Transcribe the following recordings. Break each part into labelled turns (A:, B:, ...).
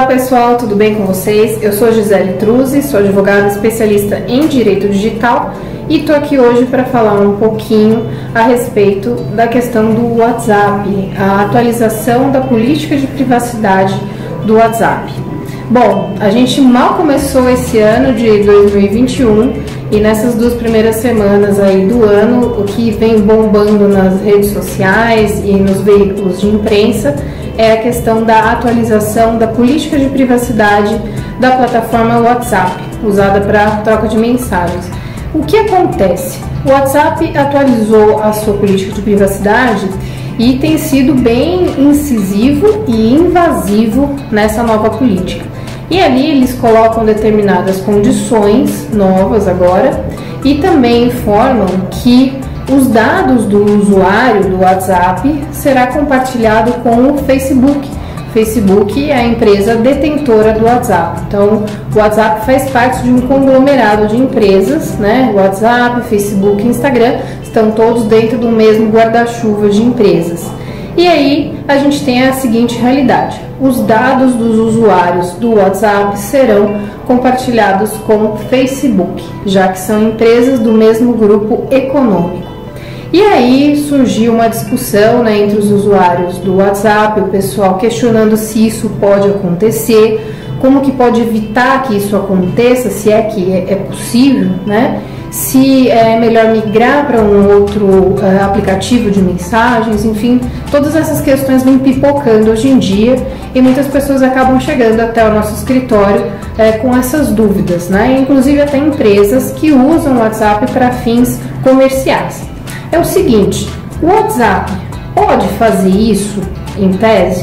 A: pessoal, tudo bem com vocês? Eu sou Gisele Truzzi, sou advogada especialista em Direito Digital e estou aqui hoje para falar um pouquinho a respeito da questão do WhatsApp, a atualização da política de privacidade do WhatsApp. Bom, a gente mal começou esse ano de 2021 e nessas 2 primeiras semanas aí do ano, o que vem bombando nas redes sociais e nos veículos de imprensa é a questão da atualização da política de privacidade da plataforma WhatsApp, usada para troca de mensagens. O que acontece? O WhatsApp atualizou a sua política de privacidade e tem sido bem incisivo e invasivo nessa nova política. E ali eles colocam determinadas condições novas agora e também informam que os dados do usuário do WhatsApp será compartilhado com o Facebook. O Facebook é a empresa detentora do WhatsApp. Então, o WhatsApp faz parte de um conglomerado de empresas, né? O WhatsApp, Facebook e Instagram estão todos dentro do mesmo guarda-chuva de empresas. E aí, a gente tem a seguinte realidade: os dados dos usuários do WhatsApp serão compartilhados com o Facebook, já que são empresas do mesmo grupo econômico. E aí surgiu uma discussão, né, entre os usuários do WhatsApp, o pessoal questionando se isso pode acontecer, como que pode evitar que isso aconteça, se é que é possível, né? Se é melhor migrar para um outro aplicativo de mensagens, enfim, todas essas questões vêm pipocando hoje em dia e muitas pessoas acabam chegando até o nosso escritório com essas dúvidas, né? Inclusive até empresas que usam o WhatsApp para fins comerciais. É o seguinte, o WhatsApp pode fazer isso em tese?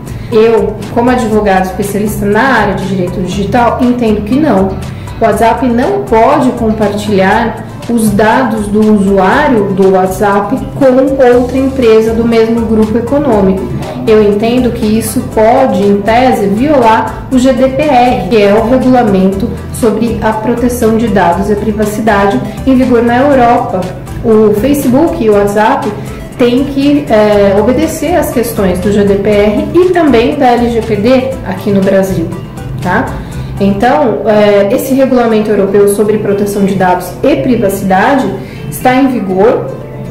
A: Eu, como advogado especialista na área de direito digital, entendo que não. O WhatsApp não pode compartilhar os dados do usuário do WhatsApp com outra empresa do mesmo grupo econômico. Eu entendo que isso pode, em tese, violar o GDPR, que é o regulamento sobre a proteção de dados e a privacidade em vigor na Europa. O Facebook e o WhatsApp têm que obedecer às questões do GDPR e também da LGPD aqui no Brasil, tá? Então, esse regulamento europeu sobre proteção de dados e privacidade está em vigor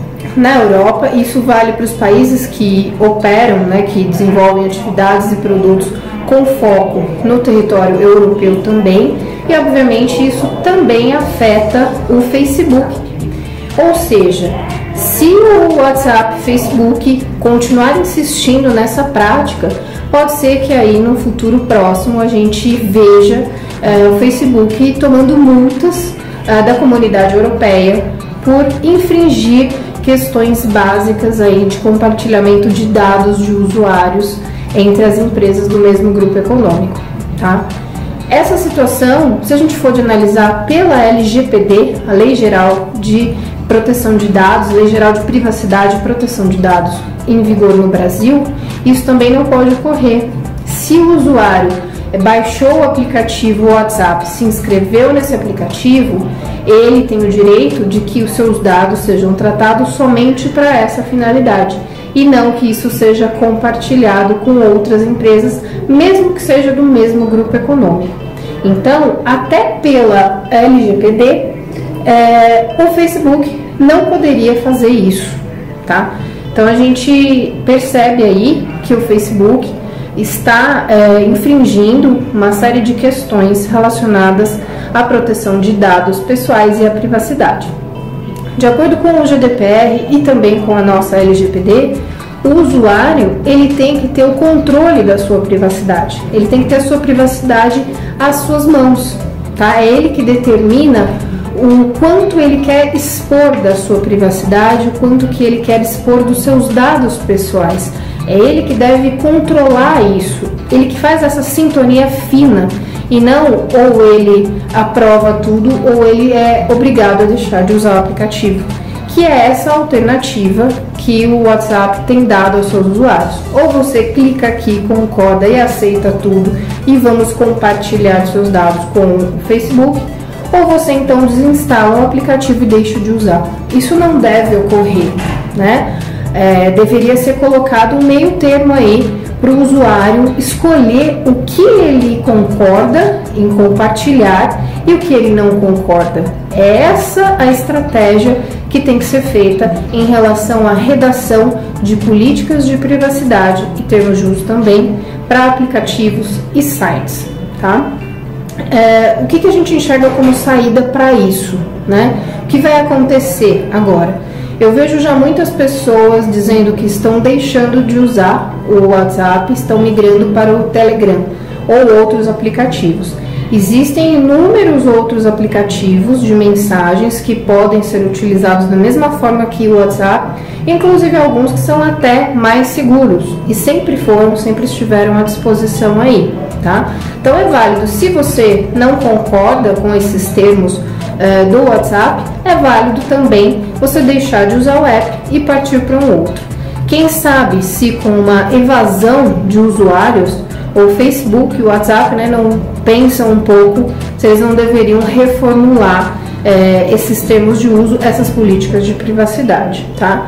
A: na Europa. Isso vale para os países que operam, né, que desenvolvem atividades e produtos com foco no território europeu também, e obviamente isso também afeta o Facebook. Ou seja, se o WhatsApp e Facebook continuar insistindo nessa prática, pode ser que aí no futuro próximo a gente veja o Facebook tomando multas da comunidade europeia por infringir questões básicas aí de compartilhamento de dados de usuários entre as empresas do mesmo grupo econômico, tá? Essa situação, se a gente for analisar pela LGPD, a Lei Geral de Proteção de Dados, Lei Geral de Privacidade e Proteção de Dados em vigor no Brasil, isso também não pode ocorrer. Se o usuário baixou o aplicativo WhatsApp, se inscreveu nesse aplicativo, ele tem o direito de que os seus dados sejam tratados somente para essa finalidade e não que isso seja compartilhado com outras empresas, mesmo que seja do mesmo grupo econômico. Então, até pela LGPD, o Facebook não poderia fazer isso, tá? Então a gente percebe aí que o Facebook está infringindo uma série de questões relacionadas à proteção de dados pessoais e à privacidade. De acordo com o GDPR e também com a nossa LGPD, o usuário ele tem que ter o controle da sua privacidade, ele tem que ter a sua privacidade às suas mãos, tá? É ele que determina o quanto ele quer expor da sua privacidade, o quanto que ele quer expor dos seus dados pessoais. É ele que deve controlar isso, ele que faz essa sintonia fina e não ou ele aprova tudo ou ele é obrigado a deixar de usar o aplicativo, que é essa alternativa que o WhatsApp tem dado aos seus usuários. Ou você clica aqui, concorda e aceita tudo e vamos compartilhar seus dados com o Facebook, ou você então desinstala o aplicativo e deixa de usar. Isso não deve ocorrer, né? Deveria ser colocado um meio termo aí para o usuário escolher o que ele concorda em compartilhar e o que ele não concorda. É essa a estratégia que tem que ser feita em relação à redação de políticas de privacidade e termos de uso também para aplicativos e sites, tá? O que a gente enxerga como saída para isso, né? O que vai acontecer agora? Eu vejo já muitas pessoas dizendo que estão deixando de usar o WhatsApp, estão migrando para o Telegram ou outros aplicativos. Existem inúmeros outros aplicativos de mensagens que podem ser utilizados da mesma forma que o WhatsApp, inclusive alguns que são até mais seguros e sempre estiveram à disposição aí, tá? Então é válido, se você não concorda com esses termos do WhatsApp, é válido também você deixar de usar o app e partir para um outro. Quem sabe se com uma evasão de usuários, o Facebook e o WhatsApp, né, não pensam um pouco se eles não deveriam reformular esses termos de uso, essas políticas de privacidade, tá?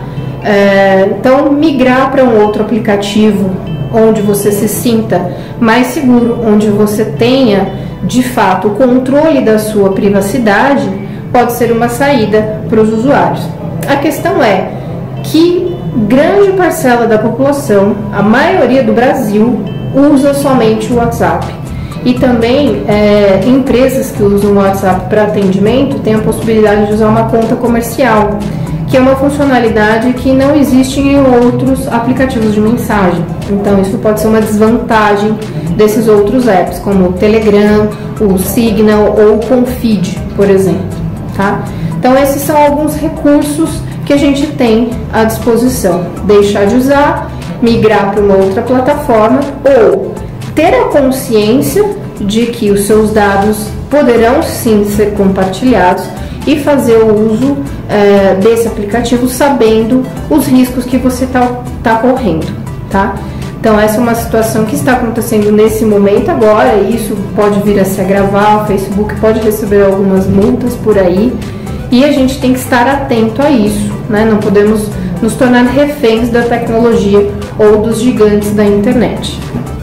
A: Então, migrar para um outro aplicativo onde você se sinta mais seguro, onde você tenha de fato o controle da sua privacidade, pode ser uma saída para os usuários. A questão é que grande parcela da população, a maioria do Brasil, usa somente o WhatsApp. E também empresas que usam o WhatsApp para atendimento têm a possibilidade de usar uma conta comercial, que é uma funcionalidade que não existe em outros aplicativos de mensagem. Então isso pode ser uma desvantagem desses outros apps, como o Telegram, o Signal ou o Confid, por exemplo, tá? Então esses são alguns recursos que a gente tem à disposição. Deixar de usar, migrar para uma outra plataforma ou ter a consciência de que os seus dados poderão sim ser compartilhados e fazer o uso desse aplicativo sabendo os riscos que você está correndo, tá? Então essa é uma situação que está acontecendo nesse momento agora, e isso pode vir a se agravar, o Facebook pode receber algumas multas por aí, e a gente tem que estar atento a isso, né? Não podemos nos tornar reféns da tecnologia ou dos gigantes da internet.